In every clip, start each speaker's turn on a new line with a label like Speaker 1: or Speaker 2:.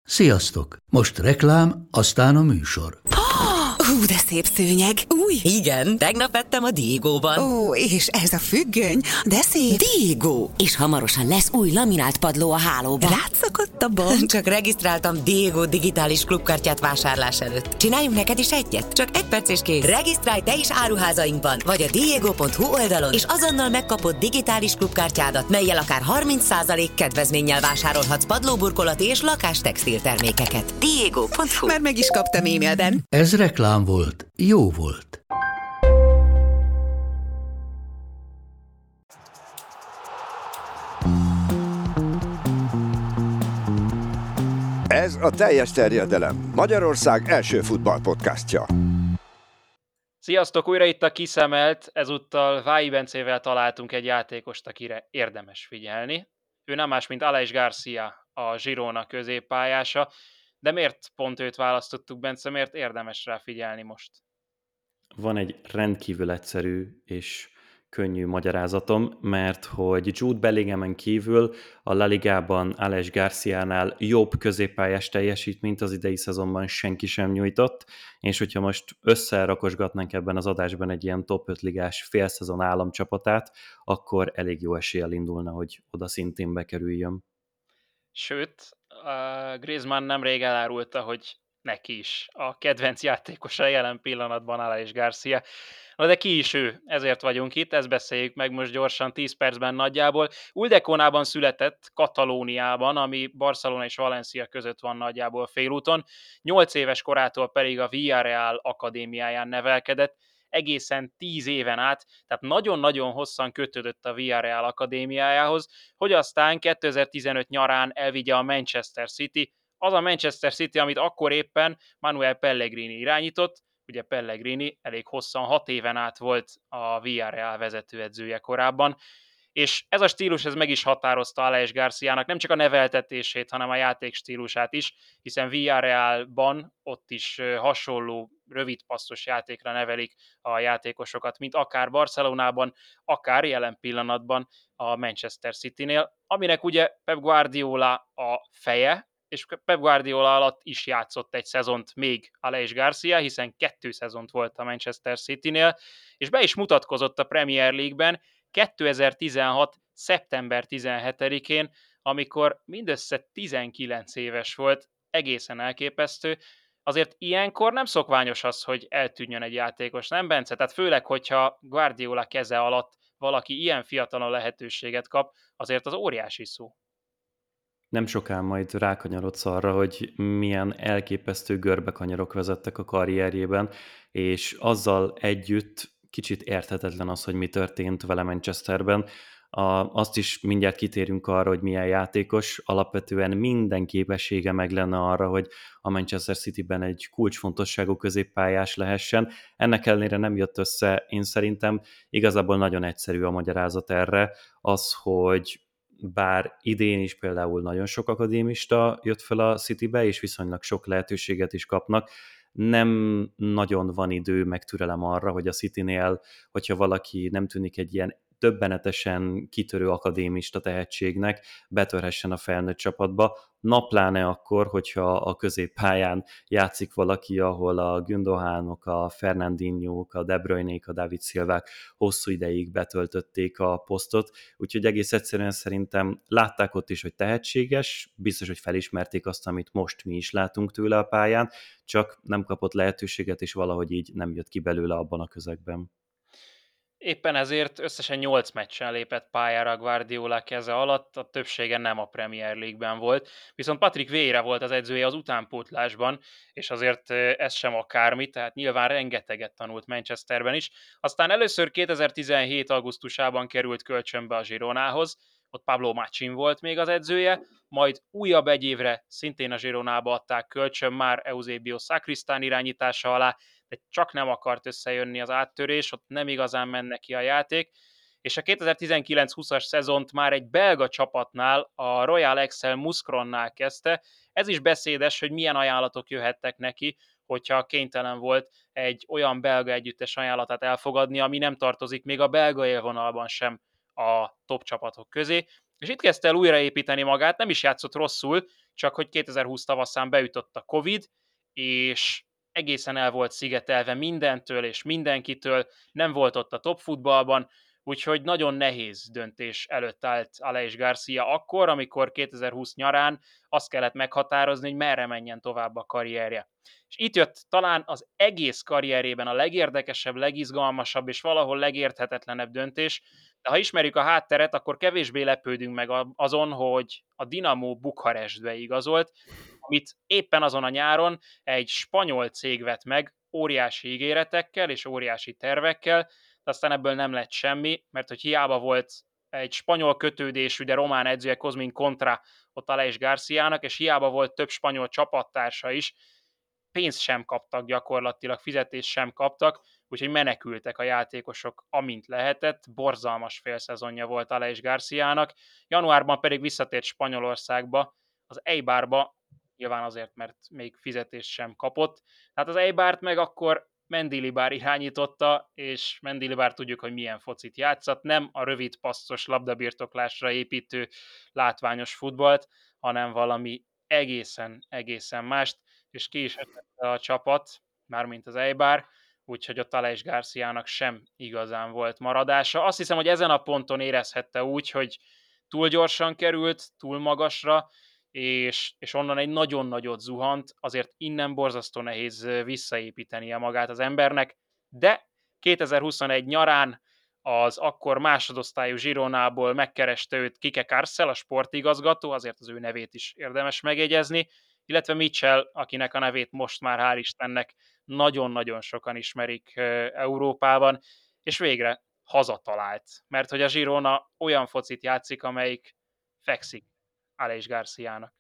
Speaker 1: Sziasztok! Most reklám, aztán a műsor.
Speaker 2: De szép szőnyeg. Új.
Speaker 3: Igen, tegnap vettem a Diegóban.
Speaker 2: Ó, és ez a függöny, de szép.
Speaker 3: Diegó! És hamarosan lesz új laminált padló a hálóban.
Speaker 2: Rátszakadt a bank.
Speaker 3: Csak regisztráltam Diegó digitális klubkártyát vásárlás előtt. Csináljunk neked is egyet? Csak egy perc és kész. Regisztrálj te is áruházainkban, vagy a diego.hu oldalon, és azonnal megkapod digitális klubkártyádat, mellyel akár 30% kedvezménnyel vásárolhatsz padlóburkolati és lakástextil termékeket. Diego.hu.
Speaker 2: Már meg is kaptam e-mailben.
Speaker 1: Ez reklám volt, jó volt.
Speaker 4: Ez a teljes terjedelem, Magyarország első futballpodcastja.
Speaker 5: Sziasztok, újra itt a Kiszemelt, ezúttal Vályi Bencével találtunk egy játékost, akire érdemes figyelni. Ő nem más, mint Aleix Garcia, a Girona középpályása, de miért pont őt választottuk, Bence, miért érdemes rá figyelni most?
Speaker 6: Van egy rendkívül egyszerű és könnyű magyarázatom, mert hogy Jude Bellinghamen kívül a La Ligában Aleix Garciánál jobb középpályás teljesítményt az idei szezonban senki sem nyújtott, és hogyha most összerakosgatnánk ebben az adásban egy ilyen top 5 ligás félszezon államcsapatát, akkor elég jó eséllyel indulna, hogy oda szintén bekerüljön.
Speaker 5: Sőt, Griezmann nemrég elárulta, hogy neki is a kedvenc játékosa jelen pillanatban Aleix Garcia. Na de ki is ő? Ezért vagyunk itt, ezt beszéljük meg most gyorsan 10 percben nagyjából. Uldeconában született, Katalóniában, ami Barcelona és Valencia között van nagyjából félúton. 8 éves korától pedig a Villarreal akadémiáján nevelkedett, egészen 10 éven át, tehát nagyon-nagyon hosszan kötődött a Villarreal akadémiájához, hogy aztán 2015 nyarán elvigye a Manchester City, az a Manchester City, amit akkor éppen Manuel Pellegrini irányított. Ugye Pellegrini elég hosszan 6 éven át volt a Villarreal vezetőedzője korábban, és ez a stílus ez meg is határozta Aleix Garciának nem csak a neveltetését, hanem a játékstílusát is, hiszen Villarrealban ott is hasonló rövid passzos játékra nevelik a játékosokat, mint akár Barcelonában, akár jelen pillanatban a Manchester Citynél, aminek ugye Pep Guardiola a feje, és Pep Guardiola alatt is játszott egy szezont még Aleix Garcia, hiszen 2 szezont volt a Manchester Citynél, és be is mutatkozott a Premier League-ben 2016. szeptember 17-én, amikor mindössze 19 éves volt, egészen elképesztő. Azért ilyenkor nem szokványos az, hogy eltűnjön egy játékos, nem Bence? Tehát főleg, hogyha Guardiola keze alatt valaki ilyen fiatalon lehetőséget kap, azért az óriási szó.
Speaker 6: Nem soká majd rákanyarodsz arra, hogy milyen elképesztő görbekanyarok vezettek a karrierjében, és azzal együtt kicsit érthetetlen az, hogy mi történt vele Manchesterben. Azt is mindjárt kitérünk arra, hogy milyen játékos, alapvetően minden képessége meg lenne arra, hogy a Manchester Cityben egy kulcsfontosságú középpályás lehessen. Ennek ellenére nem jött össze, én szerintem igazából nagyon egyszerű a magyarázat erre, az, hogy bár idén is például nagyon sok akadémista jött fel a Citybe, és viszonylag sok lehetőséget is kapnak, nem nagyon van idő, meg türelem arra, hogy a Citynél, hogyha valaki nem tűnik egy ilyen döbbenetesen kitörő akadémista tehetségnek, betörhessen a felnőtt csapatba, pláne akkor, hogyha a középpályán játszik valaki, ahol a Gündoganok, a Fernandinhók, a De Bruynék, a David Silvák hosszú ideig betöltötték a posztot, úgyhogy egész egyszerűen szerintem látták ott is, hogy tehetséges, biztos, hogy felismerték azt, amit most mi is látunk tőle a pályán, csak nem kapott lehetőséget, és valahogy így nem jött ki belőle abban a közegben.
Speaker 5: Éppen ezért összesen 8 meccsen lépett pályára Guardiola keze alatt, a többsége nem a Premier League-ben volt, viszont Patrick Vieira volt az edzője az utánpótlásban, és azért ez sem akármi, tehát nyilván rengeteget tanult Manchesterben is. Aztán először 2017. augusztusában került kölcsönbe a Gironához, ott Pablo Machin volt még az edzője, majd újabb egy évre szintén a Gironába adták kölcsön már Eusebio Sacristán irányítása alá, de csak nem akart összejönni az áttörés, ott nem igazán menne ki a játék, és a 2019-20-as szezont már egy belga csapatnál, a Royal Excel Muscronnál kezdte. Ez is beszédes, hogy milyen ajánlatok jöhettek neki, hogyha kénytelen volt egy olyan belga együttes ajánlatát elfogadni, ami nem tartozik még a belga élvonalban sem a top csapatok közé. És itt kezdte el újraépíteni magát, nem is játszott rosszul, csak hogy 2020 tavaszán beütött a Covid, és egészen el volt szigetelve mindentől és mindenkitől, nem volt ott a top futballban, úgyhogy nagyon nehéz döntés előtt állt Aleix Garcia akkor, amikor 2020 nyarán azt kellett meghatározni, hogy merre menjen tovább a karrierje. És itt jött talán az egész karrierében a legérdekesebb, legizgalmasabb és valahol legérthetetlenebb döntés, de ha ismerjük a hátteret, akkor kevésbé lepődünk meg azon, hogy a Dinamo Bukarestbe igazolt, amit éppen azon a nyáron egy spanyol cég vett meg, óriási ígéretekkel és óriási tervekkel, de aztán ebből nem lett semmi, mert hogy hiába volt egy spanyol kötődésű, de román edzője Cosmin Contra ott Aleix Garciának, és hiába volt több spanyol csapattársa is, pénzt sem kaptak gyakorlatilag, fizetést sem kaptak, úgyhogy menekültek a játékosok, amint lehetett. Borzalmas félszezonja volt Aleix Garciának, januárban pedig visszatért Spanyolországba, az Eibarba, nyilván azért, mert még fizetést sem kapott. Hát az Eibart meg akkor Mendilibar irányította, és Mendilibar tudjuk, hogy milyen focit játszott, nem a rövid passzos labdabirtoklásra építő látványos futballt, hanem valami egészen mást, és ki is esett a csapat, mármint az Eibar, úgyhogy a Aleix Garciának sem igazán volt maradása. Azt hiszem, hogy ezen a ponton érezhette úgy, hogy túl gyorsan került, túl magasra, és onnan egy nagyon nagyot zuhant, azért innen borzasztó nehéz visszaépítenie magát az embernek, de 2021 nyarán az akkor másodosztályú Gironából megkereste őt Kike Carcel, a sportigazgató, azért az ő nevét is érdemes megjegyezni, illetve Mitchell, akinek a nevét most már hál' Istennek nagyon-nagyon sokan ismerik Európában, és végre hazatalált, mert hogy a Girona olyan focit játszik, amelyik fekszik Aleix Garciának.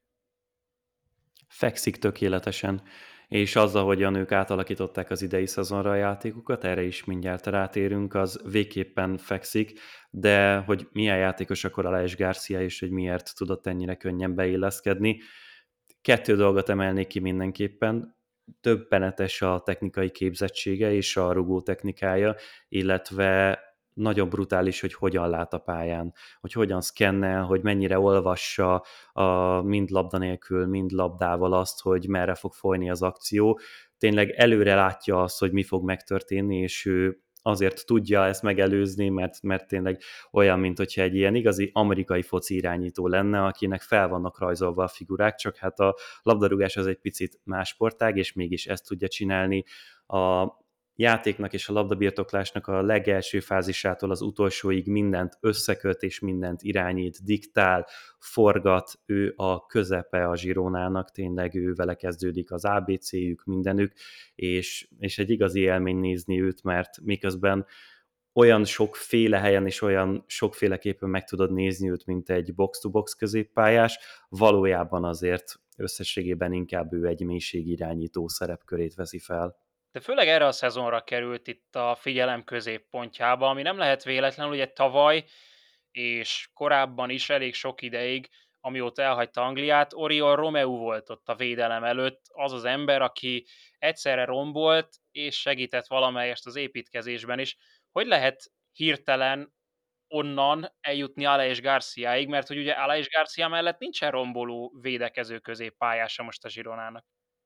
Speaker 6: Fekszik tökéletesen, és azzal, hogyan ők átalakították az idei szezonra a játékukat, erre is mindjárt rátérünk, az végképpen fekszik, de hogy milyen játékos akkor Aleix Garcia, és hogy miért tudott ennyire könnyen beilleszkedni. 2 dolgot emelnék ki mindenképpen, döbbenetes a technikai képzettsége és a rugó technikája, illetve nagyon brutális, hogy hogyan lát a pályán, hogy hogyan szkennel, hogy mennyire olvassa mind labda nélkül, mind labdával azt, hogy merre fog folyni az akció. Tényleg előre látja azt, hogy mi fog megtörténni, és ő azért tudja ezt megelőzni, mert tényleg olyan, mint hogyha egy ilyen igazi amerikai foci irányító lenne, akinek fel vannak rajzolva a figurák, csak hát a labdarúgás az egy picit más sportág, és mégis ezt tudja csinálni. A játéknak és a labdabirtoklásnak a legelső fázisától az utolsóig mindent összeköt és mindent irányít, diktál, forgat, ő a közepe a Gironának, tényleg ő vele kezdődik az ABC-jük, mindenük, és egy igazi élmény nézni őt, mert miközben olyan sokféle helyen és olyan sokféleképpen meg tudod nézni őt, mint egy box-to-box középpályás, valójában azért összességében inkább ő egy mélységirányító szerepkörét veszi fel.
Speaker 5: De főleg erre a szezonra került itt a figyelem középpontjába, ami nem lehet véletlenül, ugye tavaly és korábban is elég sok ideig, amióta elhagyta Angliát, Oriol Romeu volt ott a védelem előtt, az az ember, aki egyszerre rombolt és segített valamelyest az építkezésben is. Hogy lehet hirtelen onnan eljutni Aleix Garciáig, mert hogy ugye Aleix Garcia mellett nincsen romboló védekező középpályása most a Gironának.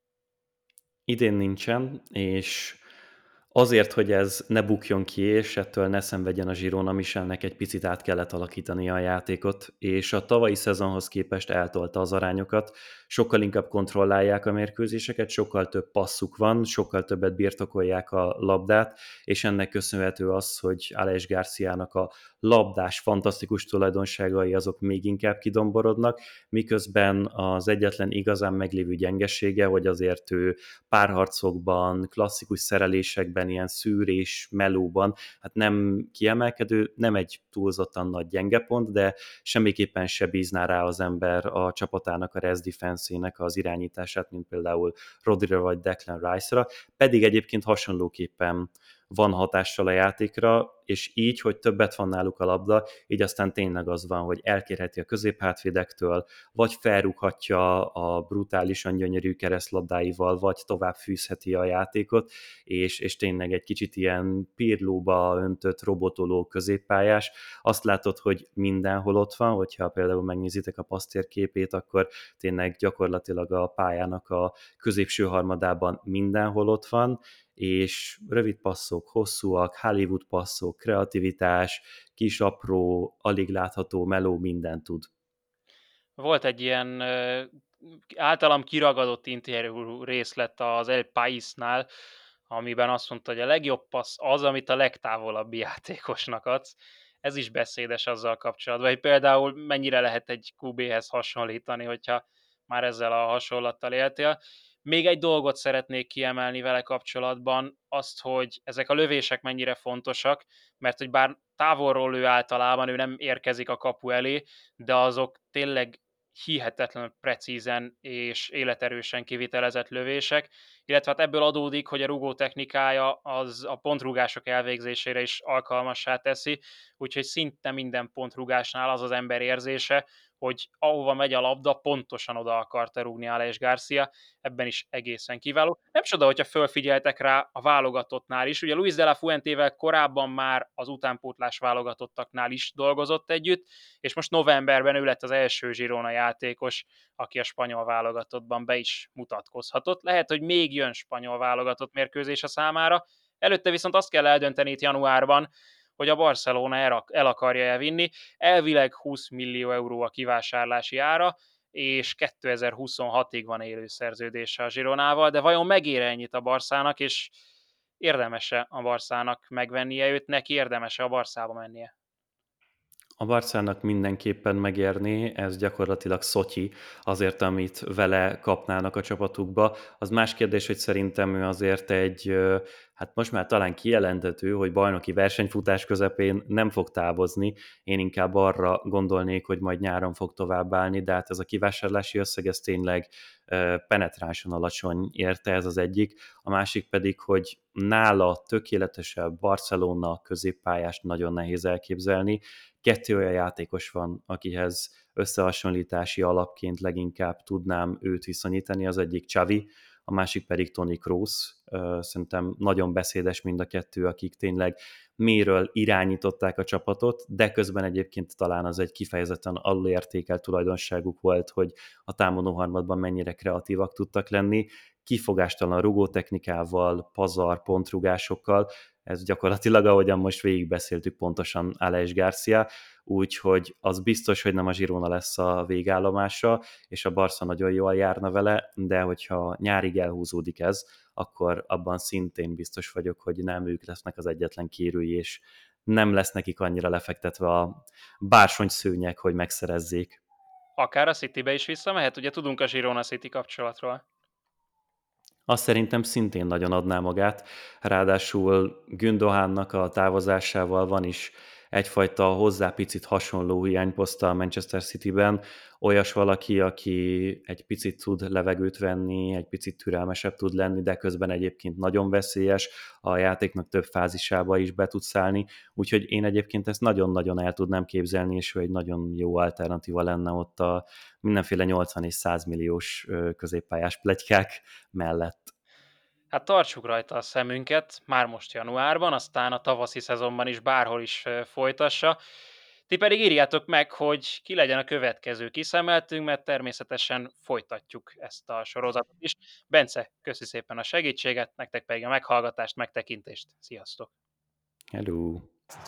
Speaker 6: Idén nincsen, és azért, hogy ez ne bukjon ki, és ettől ne szenvedjen a Girona, Michelnek egy picit át kellett alakítania a játékot, és a tavalyi szezonhoz képest eltolta az arányokat, sokkal inkább kontrollálják a mérkőzéseket, sokkal több passzuk van, sokkal többet birtokolják a labdát, és ennek köszönhető az, hogy Aleix Garciának a labdás, fantasztikus tulajdonságai azok még inkább kidomborodnak, miközben az egyetlen igazán meglévő gyengesége, hogy azért ő párharcokban, klasszikus szerelésekben, ilyen szűrés, melóban, hát nem kiemelkedő, nem egy túlzottan nagy gyenge pont, de semmiképpen se bízná rá az ember a csapatának, a rest defense-ének az irányítását, mint például Rodrigo vagy Declan Rice-ra, pedig egyébként hasonlóképpen van hatással a játékra, és így, hogy többet van náluk a labda, így aztán tényleg az van, hogy elkérheti a középhátvédektől, vagy felrúghatja a brutálisan gyönyörű keresztlabdáival, vagy tovább fűzheti a játékot, és tényleg egy kicsit ilyen Pirlóba öntött robotoló középpályás. Azt látod, hogy mindenhol ott van, hogyha például megnézitek a passztérképét, akkor tényleg gyakorlatilag a pályának a középső harmadában mindenhol ott van, és rövid passzok, hosszúak, Hollywood passzok, kreativitás, kis apró, alig látható meló, mindent tud.
Speaker 5: Volt egy ilyen általam kiragadott interjú részlet az El Paisnál, amiben azt mondta, hogy a legjobb passz az, amit a legtávolabbi játékosnak adsz. Ez is beszédes azzal kapcsolatban, hogy például mennyire lehet egy QB-hez hasonlítani, hogyha már ezzel a hasonlattal éltél. Még egy dolgot szeretnék kiemelni vele kapcsolatban, azt, hogy ezek a lövések mennyire fontosak, mert hogy bár távolról lő általában, ő nem érkezik a kapu elé, de azok tényleg hihetetlenül precízen és életerősen kivitelezett lövések, illetve hát ebből adódik, hogy a rugó technikája az a pontrugások elvégzésére is alkalmassá teszi, úgyhogy szinte minden pontrugásnál az az ember érzése, hogy ahova megy a labda, pontosan oda akarta rúgni Alex Garcia, ebben is egészen kiváló. Nem csoda, hogyha fölfigyeltek rá a válogatottnál is. Ugye Luis de la Fuentével korábban már az utánpótlás válogatottaknál is dolgozott együtt, és most novemberben ő lett az első Girona játékos, aki a spanyol válogatottban be is mutatkozhatott. Lehet, hogy még jön spanyol válogatott mérkőzés a számára, előtte viszont azt kell eldönteni itt januárban, hogy a Barcelona el akarja elvinni. Elvileg 20 millió euró a kivásárlási ára, és 2026-ig van élő szerződése a Gironával, de vajon megér ennyit a Barszának, és érdemes-e a Barszának megvennie őt, neki érdemes-e a Barszába mennie?
Speaker 6: A Barszának mindenképpen megérné, ez gyakorlatilag szotyi azért, amit vele kapnának a csapatukba. Az más kérdés, hogy szerintem ő azért hát most már talán kijelentető, hogy bajnoki versenyfutás közepén nem fog távozni. Én inkább arra gondolnék, hogy majd nyáron fog továbbállni, de hát ez a kivásárlási összeg, ez tényleg penetránsan alacsony érte, ez az egyik. A másik pedig, hogy nála tökéletesebb Barcelona középpályást nagyon nehéz elképzelni. 2 olyan játékos van, akihez összehasonlítási alapként leginkább tudnám őt viszonyítani, az egyik Xavi, a másik pedig Toni Kroos. Szerintem nagyon beszédes mind a kettő, akik tényleg mélyről irányították a csapatot, de közben egyébként talán az egy kifejezetten alulértékelt tulajdonságuk volt, hogy a támadó harmadban mennyire kreatívak tudtak lenni, kifogástalan rugótechnikával, pazar, pontrugásokkal, ez gyakorlatilag, ahogyan most végigbeszéltük, pontosan Alex Garcia, úgyhogy az biztos, hogy nem a Girona lesz a végállomása, és a Barca nagyon jól járna vele, de hogyha nyárig elhúzódik ez, akkor abban szintén biztos vagyok, hogy nem ők lesznek az egyetlen kérői, és nem lesz nekik annyira lefektetve a bársonyszőnyeg, hogy megszerezzék.
Speaker 5: Akár a Citybe is visszamehet, ugye tudunk a Girona City kapcsolatról.
Speaker 6: Azt szerintem szintén nagyon adná magát, ráadásul Gündoğannak a távozásával van is egyfajta hozzá picit hasonló hiányposzta a Manchester Cityben, olyas valaki, aki egy picit tud levegőt venni, egy picit türelmesebb tud lenni, de közben egyébként nagyon veszélyes, a játéknak több fázisába is be tud szállni, úgyhogy én egyébként ezt nagyon-nagyon el tudnám képzelni, és ő egy nagyon jó alternatíva lenne ott a mindenféle 80 és 100 milliós középpályás pletykák mellett.
Speaker 5: Hát tartsuk rajta a szemünket, már most januárban, aztán a tavaszi szezonban is bárhol is folytassa. Ti pedig írjátok meg, hogy ki legyen a következő kiszemeltünk, mert természetesen folytatjuk ezt a sorozatot is. Bence, köszi szépen a segítséget, nektek pedig a meghallgatást, megtekintést. Sziasztok!
Speaker 6: Hello!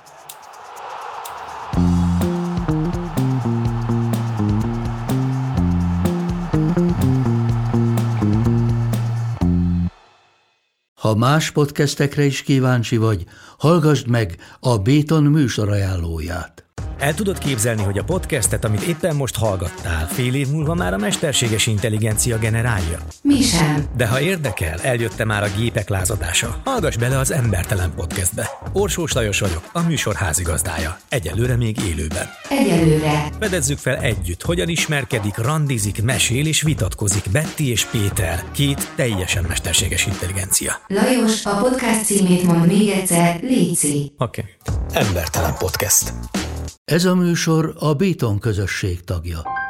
Speaker 1: Ha más podcastekre is kíváncsi vagy, hallgassd meg a Béton műsor ajánlóját.
Speaker 7: El tudod képzelni, hogy a podcastet, amit éppen most hallgattál, fél év múlva már a mesterséges intelligencia generálja?
Speaker 8: Mi sem.
Speaker 7: De ha érdekel, eljött már a gépek lázadása. Hallgass bele az Embertelen Podcastbe. Orsós Lajos vagyok, a műsor házigazdája. Egyelőre még élőben.
Speaker 8: Egyelőre.
Speaker 7: Fedezzük fel együtt, hogyan ismerkedik, randizik, mesél és vitatkozik Betty és Péter, két teljesen mesterséges intelligencia.
Speaker 8: Lajos, a podcast címét mond még egyszer, léci.
Speaker 7: Oké. Embertelen Podcast.
Speaker 1: Ez a műsor a Béton közösség tagja.